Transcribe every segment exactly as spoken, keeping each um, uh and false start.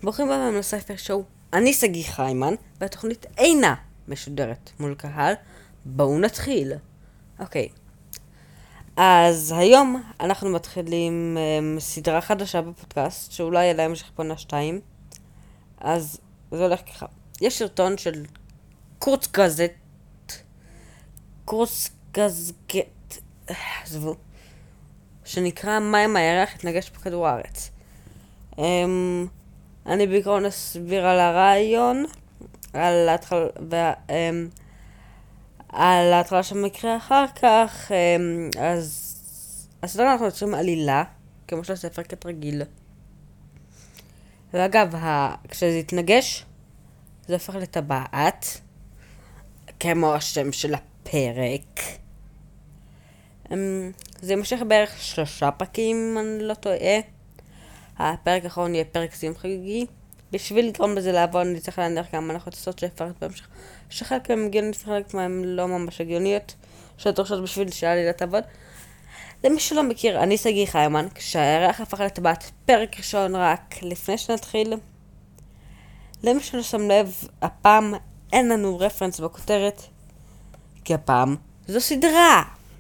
ברוכים הבאים לספר שואו. אני סגי חיימן, והתוכנית אינה משודרת מול קהל. בואו נתחיל. אוקיי. אז היום אנחנו מתחילים um, סדרה חדשה בפודקאסט, שאולי יהיה להם המשך פונה שתיים. אז זה הולך ככה. יש סרטון של קורץ גזט, קורץ גזגט, עזבו, שנקרא מים הירח התנגש בכדור הארץ. Um, אני בעיקרון אסביר על הרעיון, על ההתחלה, וה, um, על ההתחלה שמקרה אחר כך. um, אז הסדרה אנחנו יוצאים עלילה, כמו של הספר כתרגיל. ואגב, ה... כשזה יתנגש, זה הופך לטבעת, כמו השם של הפרק. Um, זה יימשך בערך שלושה פרקים, אם אני לא טועה. הפרק האחרון יהיה פרק סיום חגיגי. בשביל לגרום לזה לעבור, אני צריך להניח כמה הנחות יסוד שאפרט בהמשך, שחלק מהם הגיוניות וחלק מהם לא ממש הגיוניות, שדורשות בשביל שהעלילה תעבוד. למי שלא מכיר, אני סגי חיימן, כשהירח הפך לטבעת, פרק ראשון רק לפני שנתחיל. למי שלא שם לב, הפעם אין לנו רפרנס בכותרת, כי הפעם זו סדרה.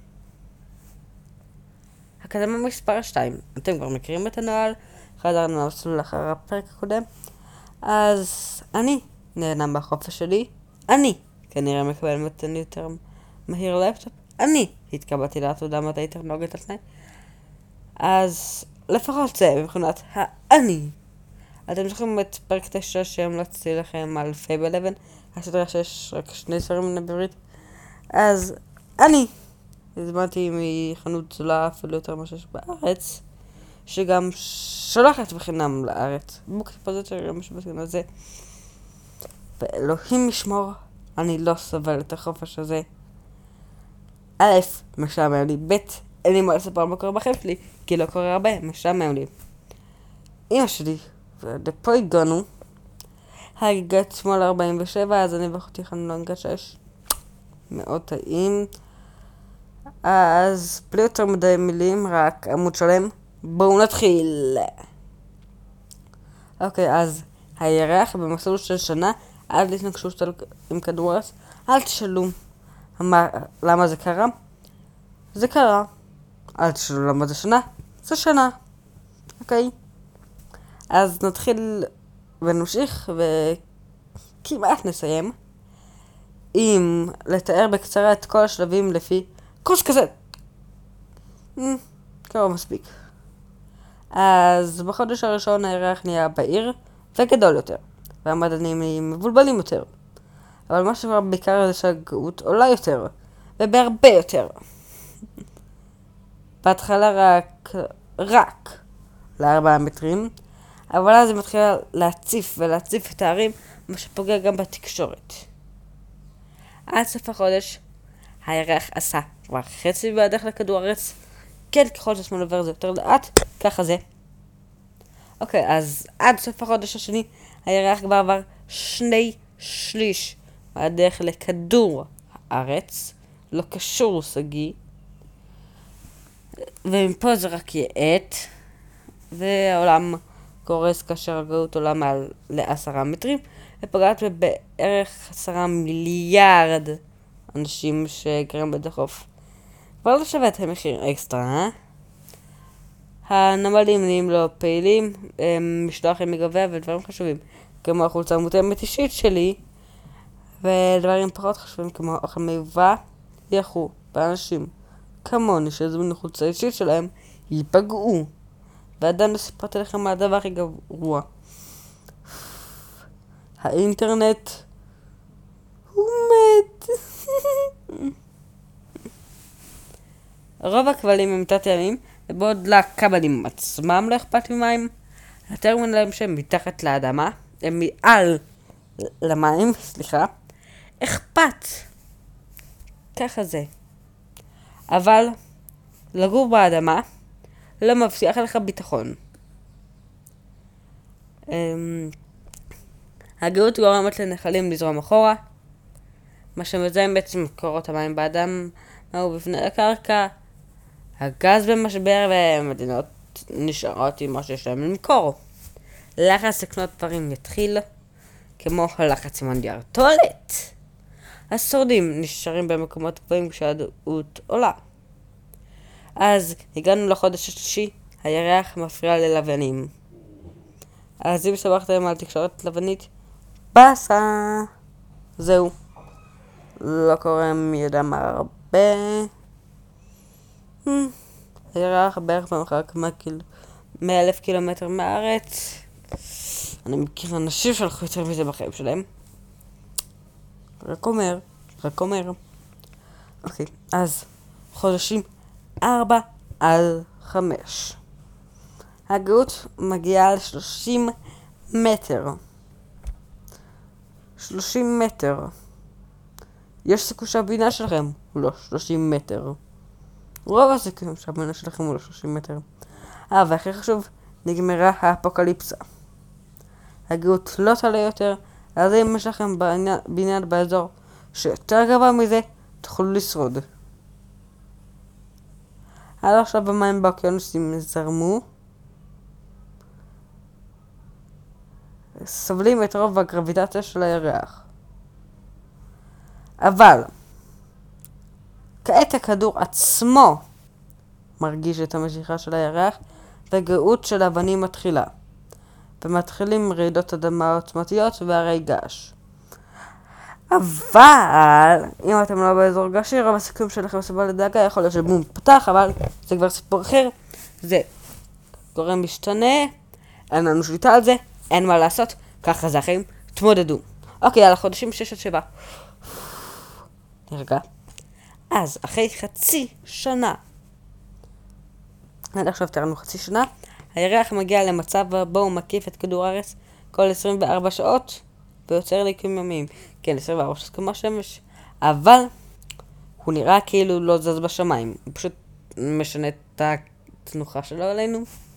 הקדמה מספר שתיים. אתם כבר מכירים את הנוהל, חזרנו למסלול אחר הפרק הקודם. אז אני נהנה בחופש שלי. אני כנראה מקבל מתן יותר מהיר לפטופ. אני התקבלתי לעתודה מדעי טכנולוגית על תנאי. אז לפחות זה מבחינת האני. אתם זוכרים את פרק תשע שהמלצתי לכם על פייבל אבן, הסדרה שיש רק שני ספרים בעברית. אז אני הזמנתי מחנות זולה אפילו יותר מה שיש בארץ, שגם שולחת בחינם לארץ. בוקספוזיציה משהו בסגנון הזה. ואלוהים ישמור, אני לא סובל את החופש הזה. א', משעמם לי. ב', אין לי מה לספר מה קורה בחיים שלי, כי לא קורה הרבה, משעמם לי. אמא שלי, ולפה הגענו, הגעת שמאל ארבעים ושבע, אז אני ואחותי יכולנו להנגש שש. מאוד טעים. אז בלי יותר מדי מילים, רק עמוד שלם. בואו נתחיל. אוקיי, אז הירח במסלול של שנה עד להתנגשות עם כדור הארץ. אל תשאלו מה, למה זה קרה. זה קרה. אל תשאלו למה זה שנה. זה שנה. אוקיי. אז נתחיל ונמשיך וכמעט נסיים עם לתאר בקצרה את כל השלבים לפי קורס כזה. קרוב מספיק. אז בחודש הראשון הירח נהיה בהיר וגדול יותר, והמדענים נהיים מבולבלים יותר. אבל מה שבר בעיקר זה שהגאות עולה יותר, ובהרבה יותר. בהתחלה רק, רק לארבעה מטרים, אבל אז היא מתחילה להציף ולהציף את הערים, מה שפוגע גם בתקשורת. עד סוף החודש, הירח עשה כבר חצי בדרך לכדור הארץ. כן, ככל שהשמאל עובר זה יותר לאט, ככה זה. אוקיי, אז עד סוף החודש השני, הירח כבר עבר שני שליש מהדרך לכדור הארץ. לא קשור סגי. ומפה זה רק יעט. והעולם קורס כאשר הגאות עולה מעל לעשרה מטרים. ופגעת בערך עשרה מיליארד אנשים שגרים בדחוף. כבר לא שווה את המחיר אקסטרה, אה? הנמלים נהיים לא פעילים, משלוח עם מגבה ודברים חשובים, כמו החולצה המותאמת אישית שלי, ודברים פחות חשובים כמו אוכל מיובא, יחו באנשים כמוני שהזמינו חולצה אישית שלהם, ייפגעו. ועדיין לא סיפרתי לכם מה הדבר הכי גרוע. האינטרנט הוא מת. רוב הכבלים הם תת-ימיים, ובעוד לכבלים עצמם לא אכפת ממים. הטרמינלים שהם מתחת לאדמה, הם מעל למים, סליחה, אכפת. ככה זה. אבל לגור באדמה לא מבטיח לך ביטחון. הגאות גורמת לנחלים לזרום אחורה, מה שמזהם בעצם מקורות המים באדם, מהו בפני הקרקע, הגז במשבר, ומדינות נשארות עם מה שיש להם למכור. לחץ לקנות דברים יתחיל, כמו הלחץ עם הנייר טואלט. השורדים נשארים במקומות גבוהים כשהיעדות עולה. אז הגענו לחודש השלישי, הירח מפריע ללוויינים. אז אם סבכתם על תקשורת לוויינית, בסה. זהו. לא קורה מי יודע מה הרבה. הירח בערך במרחק מאה אלף קילומטר מהארץ. אני מכיר אנשים שהלכו יותר מזה בחיים שלהם. רק אומר, רק אומר. אוקיי, אז חודשים ארבע על חמש. הגאות מגיעה ל-שלושים מטר. שלושים מטר. יש סיכוי שהבינה שלכם הוא לא שלושים מטר. רוב הסיכויים שהבינה שלכם הוא לא שלושים מטר. אה, והכי חשוב, נגמרה האפוקליפסה. הגאות לא תעלה יותר, אז אם יש לכם בניין באזור שיותר גבוה מזה, תוכלו לשרוד. עד עכשיו במים באוקיינוסים זרמו. סובלים את רוב הגרביטציה של הירח. אבל כעת הכדור עצמו מרגיש את המשיכה של הירח, והגאות של האבנים מתחילה. ומתחילים רעידות אדמה עוצמתיות והרי געש. אבל אם אתם לא באזור געשי, רוב הסיכויים שלכם סבל לדאגה, יכול להיות שבום פתח, אבל זה כבר סיפור אחר. זה גורם משתנה, אין לנו שליטה על זה, אין מה לעשות, ככה זה החיים, תמודדו. אוקיי, על החודשים שש עד שבע. נרגע. אז אחרי חצי שנה, עד עכשיו תראינו חצי שנה, הירח מגיע למצב בו הוא מקיף את כדור הארץ כל עשרים וארבע שעות ויוצר ליקויים יומיים. כן, עשרים וארבע שעות כמו השמש, אבל הוא נראה כאילו לא זז בשמיים, הוא פשוט משנה את התנוחה שלו עלינו.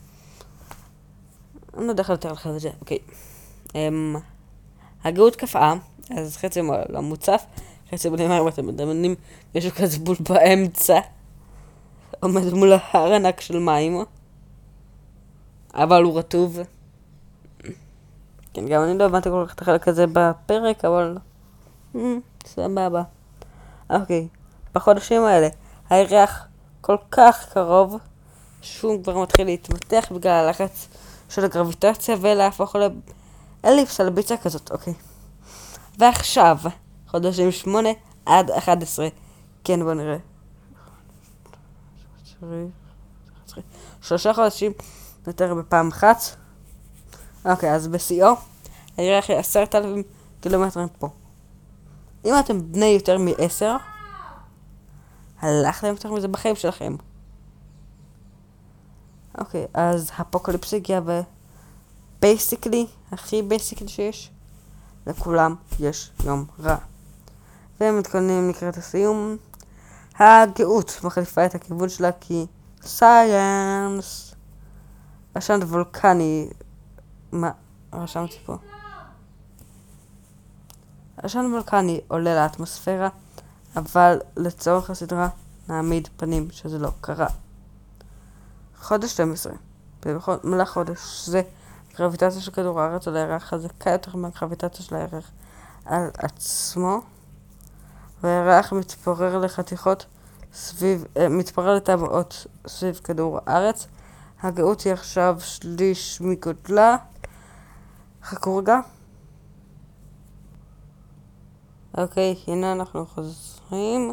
אני לא יודע איך לתאר לכם את זה. אוקיי. אמ, הגאות קפאה, אז חצי לא מוצף, חצי בני מים אתם מדמיינים, משהו כזה בול באמצע, עומד מול ההר ענק של מים, אבל הוא רטוב. כן, גם אני לא הבנתי כל כך את החלק הזה בפרק, אבל סבבה. אוקיי, בחודשים האלה הירח כל כך קרוב שהוא כבר מתחיל להתמתח בגלל הלחץ של הגרביטציה ולהפוך לאליפסה, לביצה כזאת. אוקיי, ועכשיו חודשים שמונה עד אחד עשרה. כן, בוא נראה. שלושה חודשים יותר בפעם אחת. אוקיי, אז בשיאו הירח היא עשרת אלפים קילומטרים פה. אם אתם בני יותר מעשר, הלכתם יותר מזה בחיים שלכם. אוקיי, אז אפוקליפסה הגיע ב... בייסיקלי, הכי בייסיקלי שיש, לכולם יש יום רע. והם מתכוננים לקראת הסיום. הגאות מחליפה את הכיוון שלה כי סייאנס. עשן וולקני. מה? רשמתי פה. עשן וולקני עולה לאטמוספירה, אבל לצורך הסדרה נעמיד פנים שזה לא קרה. חודש שתים עשרה. במהלך חודש זה גרביטציה של כדור הארץ על הירח חזקה יותר מהגרביטציה של הירח על עצמו, והירח מתפורר לחתיכות סביב, מתפורר לטבעות סביב כדור הארץ. הגאות היא עכשיו שליש מגודלה. חכו רגע. אוקיי, הנה אנחנו חוזרים.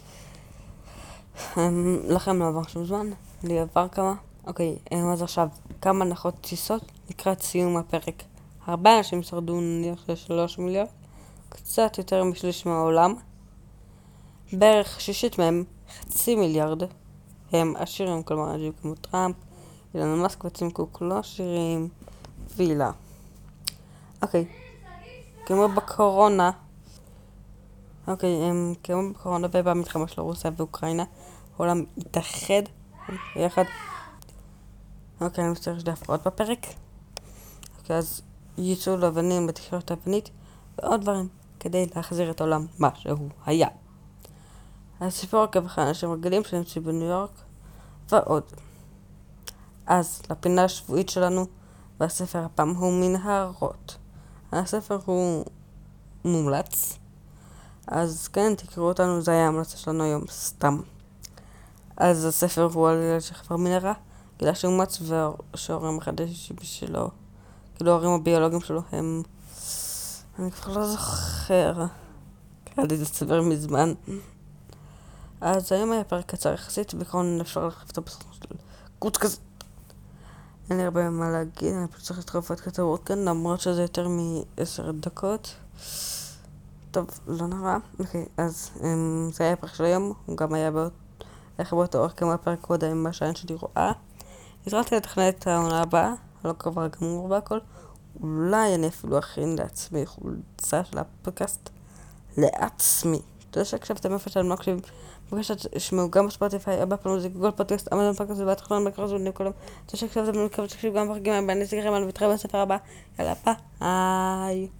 לכם לא עבר שום זמן, לי עבר כמה. אוקיי, אז עכשיו כמה הנחות טיסות לקראת סיום הפרק. הרבה אנשים שרדו נניח לשלוש מיליון, קצת יותר משליש מהעולם. בערך שישית מהם, חצי מיליארד, הם עשירים, כלומר אנשים כמו טראמפ, אילון מאסק וטים קוק, לא עשירים, וילה. אוקיי, כמו בקורונה, אוקיי, הם כמו בקורונה ובמלחמה של רוסיה ואוקראינה, העולם התאחד ביחד. אוקיי, אני מצטער שתי הפרעות בפרק. אוקיי, אז ייצאו לבנים בתקשורת האבנית ועוד דברים כדי להחזיר את העולם מה שהוא היה. הסיפור עקב אחרי אנשים רגילים שנמצאים בניו יורק ועוד. אז לפינה השבועית שלנו והספר הפעם הוא מנהרות. הספר הוא מומלץ, אז כן, תקראו אותנו, זה היה המלצה שלנו היום, סתם. אז הספר הוא על ילד שחפר מנהרה, גילה שאומץ וההורים החדש בשבילו, כאילו ההורים הביולוגיים שלו הם... אני כבר לא זוכר. קראתי את הספר מזמן. אז היום היה פרק קצר יחסית, בעיקרון אפשר להחליף את הבסך של קוץ כזה. אין לי הרבה מה להגיד, אני פשוט צריך לדחוף את כתבות כאן, למרות שזה יותר מעשר דקות. טוב, לא נורא. אוקיי, אז um, זה היה הפרק של היום, הוא גם היה באות, איך באותו אורך כמו הפרק קודם, מה שאני שלי רואה. התחלתי לתכנן את העונה הבאה, לא כבר גמור והכל. אולי אני אפילו אכין לעצמי חולצה של הפודקאסט לעצמי. תודה שהקשבתם איפה שאני מקשיב. בבקשה תשמעו גם בספוטיפיי, אבא פלמוזיק, גול פודקאסט, אמזון פודקאסט ובתחתון בקרזון נקולם. תודה שהקשבתם, אני מקווה שתקשיבו גם בפרקים הבאים, אני אזכירכם, אני מתראה בספר הבא. יאללה, ביי.